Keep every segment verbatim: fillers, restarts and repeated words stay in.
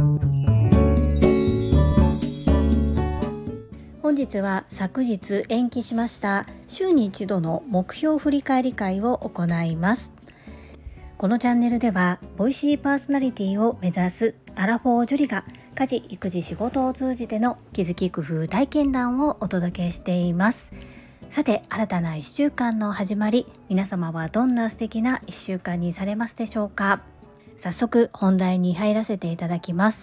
本日は昨日延期しました週に一度の目標振り返り会を行います。このチャンネルではボイシーパーソナリティを目指すアラフォージュリが家事・育児・仕事を通じての気づき工夫体験談をお届けしています。さて、新たないっしゅうかんの始まり、皆様はどんな素敵ないっしゅうかんにされますでしょうか。早速本題に入らせていただきます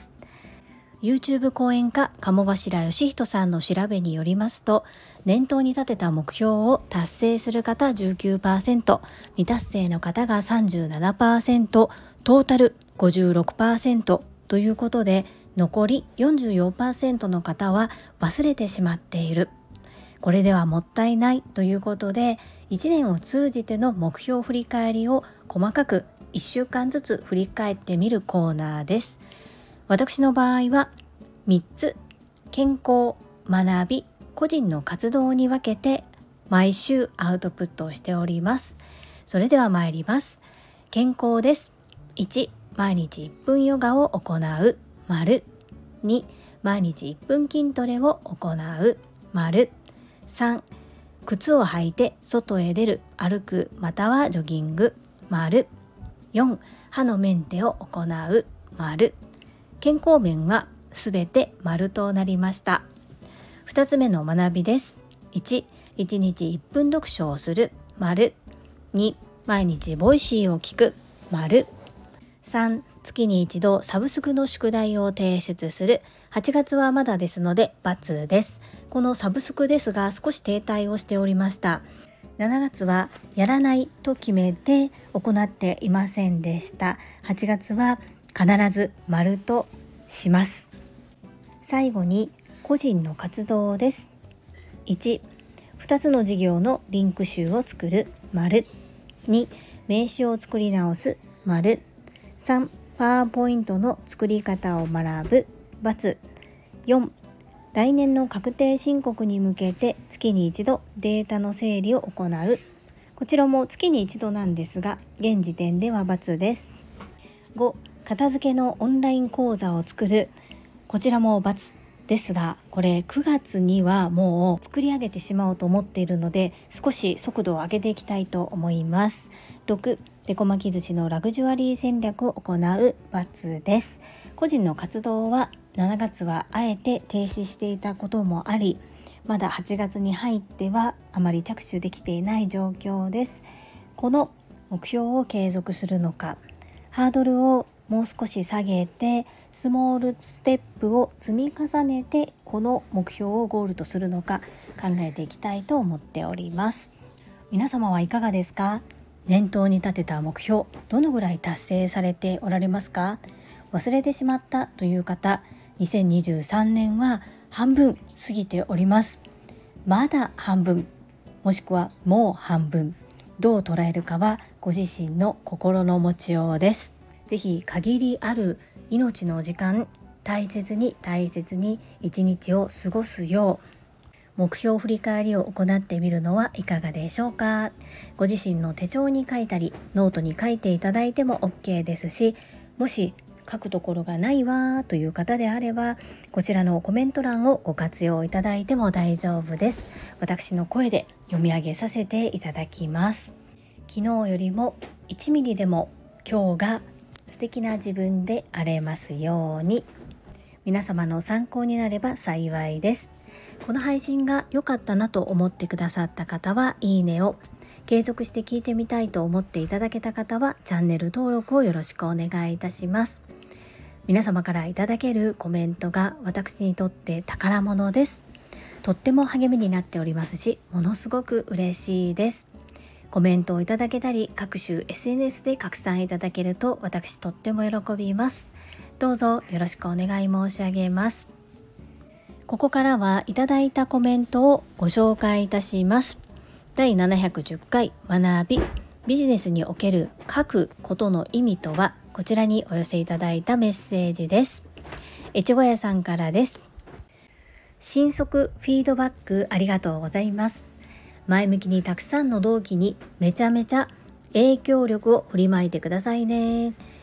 。YouTube 講演家鴨頭義人さんの調べによりますと、念頭に立てた目標を達成する方 じゅうきゅうパーセント、未達成の方が さんじゅうななパーセント、トータル ごじゅうろくパーセント ということで、残り よんじゅうよんパーセント の方は忘れてしまっている。これではもったいないということで、いちねんを通じての目標振り返りを細かくいっしゅうかんずつ振り返ってみるコーナーです。私の場合はみっつ、健康、学び、個人の活動に分けて毎週アウトプットをしております。それでは参ります。健康です。いち、毎日いっぷんヨガを行う、丸。に、毎日いっぷん筋トレを行う、丸。さん、靴を履いて外へ出る、歩くまたはジョギング、丸。よん、歯のメンテを行う、丸。健康面はすべて丸となりました。ふたつめの学びです。いち、いちにちいっぷん読書をする、丸。に、毎日ボイシーを聞く、丸。さん、月に一度サブスクの宿題を提出する。はちがつはまだですので×です。このサブスクですが少し停滞をしておりました。しちがつはやらないと決めて行っていませんでした。はちがつは必ず丸とします。最後に個人の活動です。いち、ふたつの事業のリンク集を作る、丸。に、名刺を作り直す、丸。さん、パワーポイントの作り方を学ぶ、×。よん、来年の確定申告に向けて月に一度データの整理を行う。こちらも月に一度なんですが現時点では×です。ご、片付けのオンライン講座を作る。こちらも×ですが、これくがつにはもう作り上げてしまおうと思っているので少し速度を上げていきたいと思います。ろく、デコ巻き寿司のラグジュアリー戦略を行う、×です。個人の活動はしちがつはあえて停止していたこともあり、まだはちがつに入ってはあまり着手できていない状況です。この目標を継続するのか、ハードルをもう少し下げてスモールステップを積み重ねてこの目標をゴールとするのか考えていきたいと思っております。皆様はいかがですか？念頭に立てた目標、どのぐらい達成されておられますか？忘れてしまったという方、にせんにじゅうさんねんは半分過ぎております。まだ半分、もしくはもう半分、どう捉えるかはご自身の心の持ちようです。ぜひ限りある命の時間、大切に大切に一日を過ごすよう目標振り返りを行ってみるのはいかがでしょうか。ご自身の手帳に書いたりノートに書いていただいても OK ですし、もし書くところがないわという方であればこちらのコメント欄をご活用いただいても大丈夫です。私の声で読み上げさせていただきます。昨日よりもいちミリでも今日が素敵な自分であれますように。皆様の参考になれば幸いです。この配信が良かったなと思ってくださった方はいいねを、継続して聞いてみたいと思っていただけた方はチャンネル登録をよろしくお願いいたします。皆様からいただけるコメントが私にとって宝物です。とっても励みになっておりますし、ものすごく嬉しいです。コメントをいただけたり各種 エスエヌエス で拡散いただけると私とっても喜びます。どうぞよろしくお願い申し上げます。ここからはいただいたコメントをご紹介いたします。だいななひゃくじゅっかい学びビジネスにおける書くことの意味とは、こちらにお寄せいただいたメッセージです。越後屋さんからです。新速フィードバックありがとうございます。前向きにたくさんの同期にめちゃめちゃ影響力を振りまいてくださいね。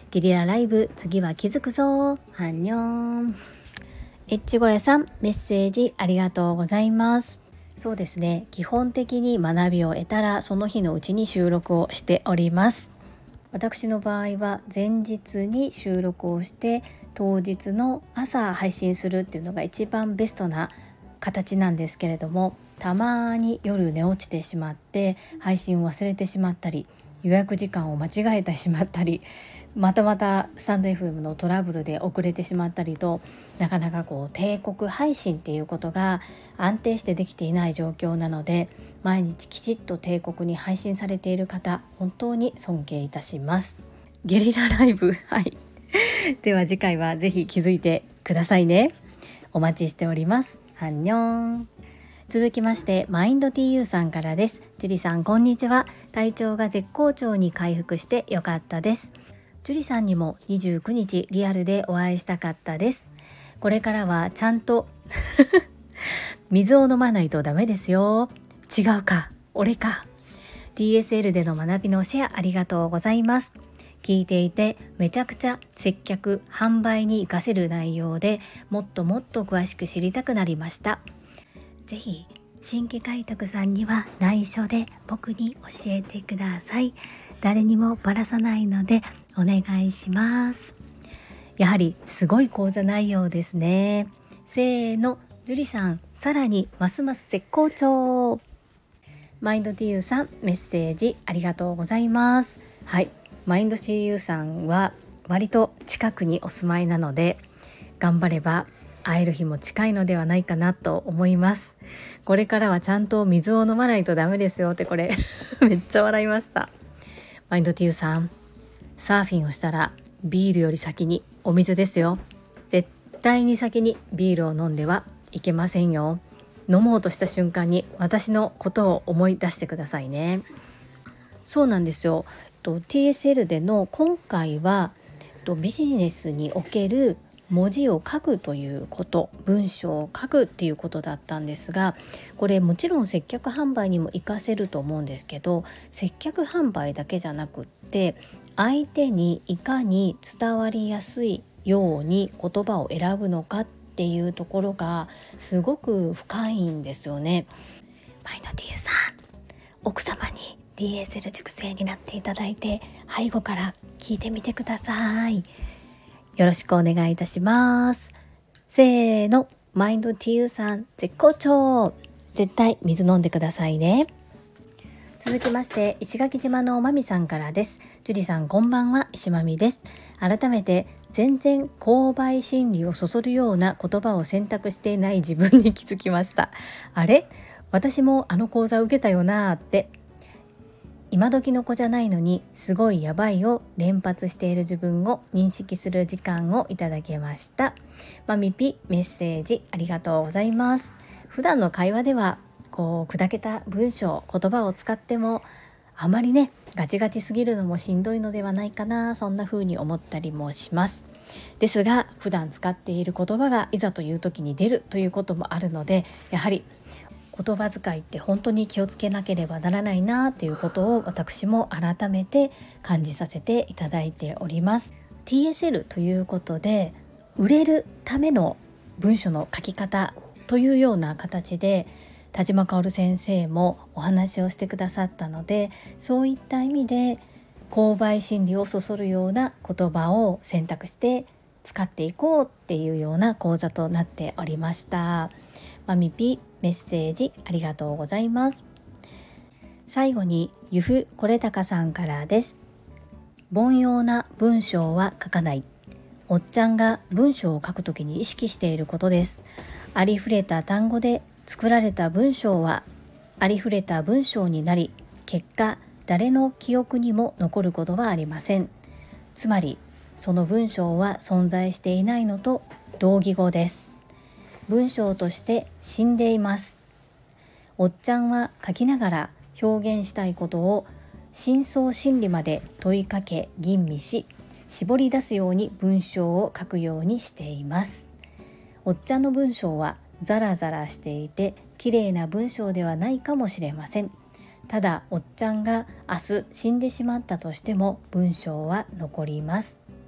ゲリラライブ、次は気づくぞ。はんにょん。越後屋さん、メッセージありがとうございます。そうですね、基本的に学びを得たらその日のうちに収録をしております。私の場合は前日に収録をして当日の朝配信するっていうのが一番ベストな形なんですけれども、たまに夜寝落ちてしまって配信を忘れてしまったり、予約時間を間違えてしまったり、またまたスタンド エフエム のトラブルで遅れてしまったりと、なかなかこう定刻配信っていうことが安定してできていない状況なので、毎日きちっと定刻に配信されている方、本当に尊敬いたします。ゲリラライブはいでは次回はぜひ気づいてくださいね。お待ちしております。アンニョン。続きましてマインド ティーユー さんからです。ジュリさん、こんにちは。体調が絶好調に回復してよかったです。ジュリさんにもにじゅうくにちリアルでお会いしたかったです。これからはちゃんと水を飲まないとダメですよ。違うか、俺か。 ティーエスエル での学びのシェアありがとうございます。聞いていてめちゃくちゃ接客販売に活かせる内容で、もっともっと詳しく知りたくなりました。ぜひ新規開拓さんには内緒で僕に教えてください。誰にもばらさないのでお願いします。やはりすごい講座内容ですね。せーの、ジュリさん、さらにますます絶好調。マインド ティーユー さん、メッセージありがとうございます。はい、マインド ティーユー さんは割と近くにお住まいなので、頑張れば会える日も近いのではないかなと思います。これからはちゃんと水を飲まないとダメですよって、これめっちゃ笑いました。マインド ティーユー さん、サーフィンをしたらビールより先にお水ですよ。絶対に先にビールを飲んではいけませんよ。飲もうとした瞬間に私のことを思い出してくださいね。そうなんですよ。ティーエスエル での今回はビジネスにおける文字を書くということ、文章を書くっていうことだったんですが、これもちろん接客販売にも活かせると思うんですけど、接客販売だけじゃなくって、相手にいかに伝わりやすいように言葉を選ぶのかっていうところがすごく深いんですよね。マインド ティーユー さん、奥様に ディーエスエル 塾生になっていただいて、背後から聞いてみてください。よろしくお願いいたします。せーの、マインド ティーユー さん絶好調。絶対水飲んでくださいね。続きまして石垣島のまみさんからです。ジュリさん、こんばんは。石まみです。改めて全然購買心理をそそるような言葉を選択していない自分に気づきました。あれ、私もあの講座受けたよなーって。今時の子じゃないのにすごいやばいを連発している自分を認識する時間をいただけました。まみぴ、メッセージありがとうございます。普段の会話ではこう砕けた文章、言葉を使ってもあまりね、ガチガチすぎるのもしんどいのではないかな、そんな風に思ったりもします。ですが普段使っている言葉がいざという時に出るということもあるので、やはり言葉遣いって本当に気をつけなければならないなということを私も改めて感じさせていただいております。 ティーエスエル ということで、売れるための文書の書き方というような形で田島薫先生もお話をしてくださったので、そういった意味で購買心理をそそるような言葉を選択して使っていこうっていうような講座となっておりました。まみぴ、メッセージありがとうございます。最後にゆふこれたかさんからです。凡庸な文章は書かない。おっちゃんが文章を書くときに意識していることです。ありふれた単語で作られた文章はありふれた文章になり、結果誰の記憶にも残ることはありません。つまりその文章は存在していないのと同義語です。文章として死んでいます。おっちゃんは書きながら表現したいことを深層心理まで問いかけ吟味し、絞り出すように文章を書くようにしています。おっちゃんの文章はザラザラしていて綺麗な文章ではないかもしれません。ただおっちゃんが明日死んでしまったとしても文章は残ります。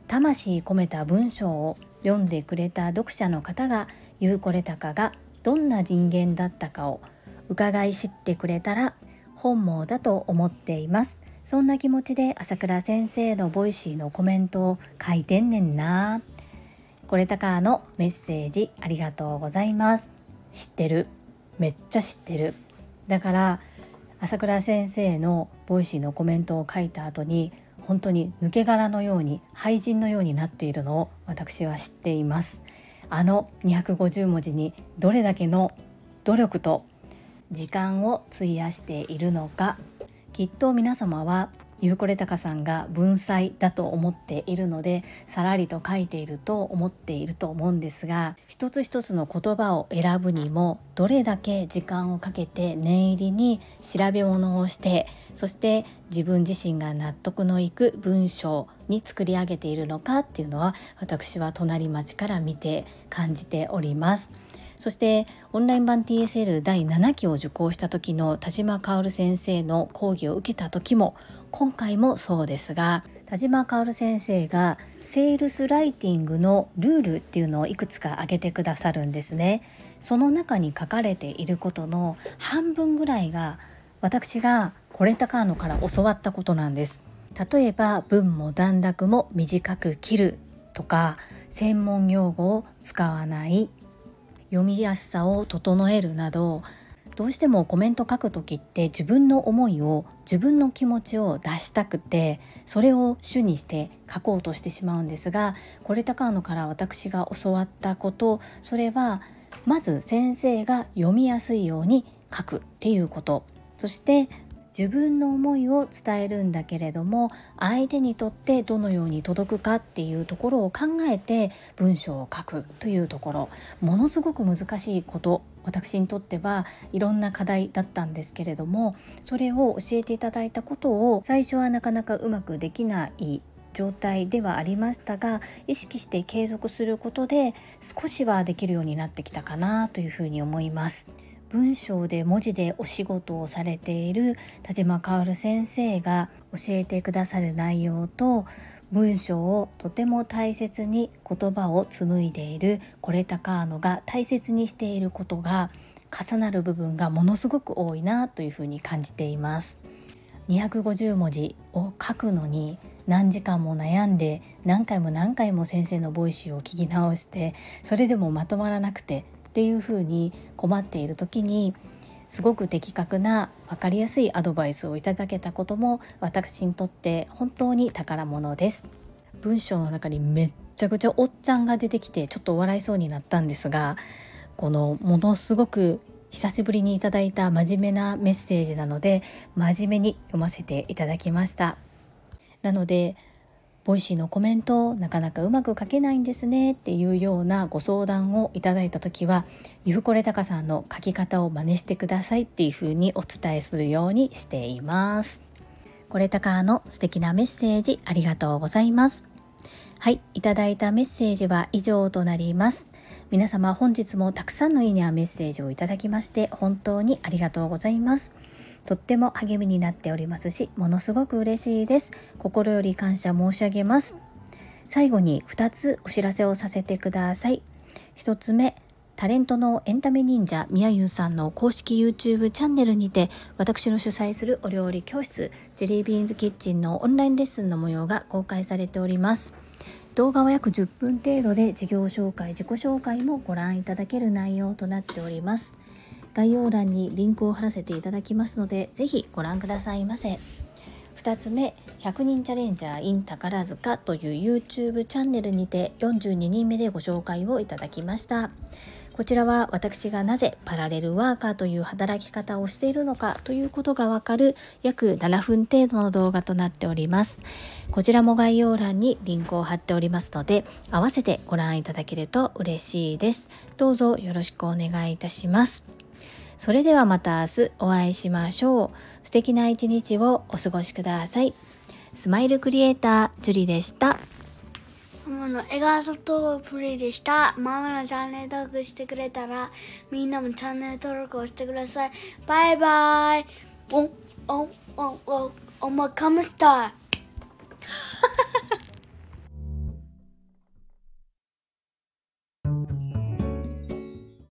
魂込めた文章を読んでくれた読者の方がゆうこれたかがどんな人間だったかを伺い知ってくれたら本望だと思っています。そんな気持ちで朝倉先生のボイシーのコメントを書いてんねんな。これたかのメッセージありがとうございます。知ってる、めっちゃ知ってる。だから朝倉先生のボイシーのコメントを書いた後に本当に抜け殻のように廃人のようになっているのを私は知っています。あのにひゃくごじゅうもじにどれだけの努力と時間を費やしているのか、きっと皆様はゆうこれたかさんが文才だと思っているのでさらりと書いていると思っていると思うんですが、一つ一つの言葉を選ぶにもどれだけ時間をかけて念入りに調べ物をして、そして自分自身が納得のいく文章に作り上げているのかっていうのは私は隣町から見て感じております。そしてオンライン版 ティーエスエル だいななきを受講した時の田島薫先生の講義を受けた時も今回もそうですが、田島薫先生がセールスライティングのルールっていうのをいくつか挙げてくださるんですね。その中に書かれていることの半分ぐらいが私がこれたかのから教わったことなんです。例えば文も段落も短く切るとか、専門用語を使わない、読みやすさを整えるなど、どうしてもコメント書くときって自分の思いを自分の気持ちを出したくてそれを主にして書こうとしてしまうんですが、これたかのから私が教わったこと、それはまず先生が読みやすいように書くっていうこと、そして自分の思いを伝えるんだけれども相手にとってどのように届くかっていうところを考えて文章を書くというところ、ものすごく難しいこと、私にとってはいろんな課題だったんですけれども、それを教えていただいたことを最初はなかなかうまくできない状態ではありましたが、意識して継続することで少しはできるようになってきたかなというふうに思います。文章で文字でお仕事をされている田島薫先生が教えてくださる内容と、文章をとても大切に言葉を紡いでいるこれたかのが大切にしていることが重なる部分がものすごく多いなというふうに感じています。にひゃくごじゅうもじを書くのに何時間も悩んで何回も何回も先生のボイシーを聞き直して、それでもまとまらなくてっていうふうに困っている時にすごく的確な分かりやすいアドバイスをいただけたことも私にとって本当に宝物です。文章の中にめっちゃくちゃおっちゃんが出てきてちょっと笑いそうになったんですが、このものすごく久しぶりにいただいた真面目なメッセージなので真面目に読ませていただきました。なのでボイシーのコメントなかなかうまく書けないんですねっていうようなご相談をいただいたときは、ゆうこれたかさんの書き方を真似してくださいっていうふうにお伝えするようにしています。これたかの素敵なメッセージありがとうございます。はい、いただいたメッセージは以上となります。皆様本日もたくさんのいいねやメッセージをいただきまして本当にありがとうございます。とっても励みになっておりますし、ものすごく嬉しいです。心より感謝申し上げます。最後にふたつお知らせをさせてください。ひとつめ、タレントのエンタメ忍者みやゆうさんの公式 YouTube チャンネルにて私の主催するお料理教室ジェリービーンズキッチンのオンラインレッスンの模様が公開されております。動画は約じゅっぷん程度で事業紹介、自己紹介もご覧いただける内容となっております。概要欄にリンクを貼らせていただきますのでぜひご覧くださいませ。ふたつめ、ひゃくにんチャレンジャー in 宝塚という YouTube チャンネルにてよんじゅうににんめでご紹介をいただきました。こちらは私がなぜパラレルワーカーという働き方をしているのかということがわかる約ななふん程度の動画となっております。こちらも概要欄にリンクを貼っておりますので合わせてご覧いただけると嬉しいです。どうぞよろしくお願いいたします。それではまた明日お会いしましょう。素敵な一日をお過ごしください。スマイルクリエイタージュリでした。 ママの笑顔ソフトプレイでした。ママのチャンネル登録してくれたらみんなもチャンネル登録をしてください。バイバイ。おおおおおまかむした。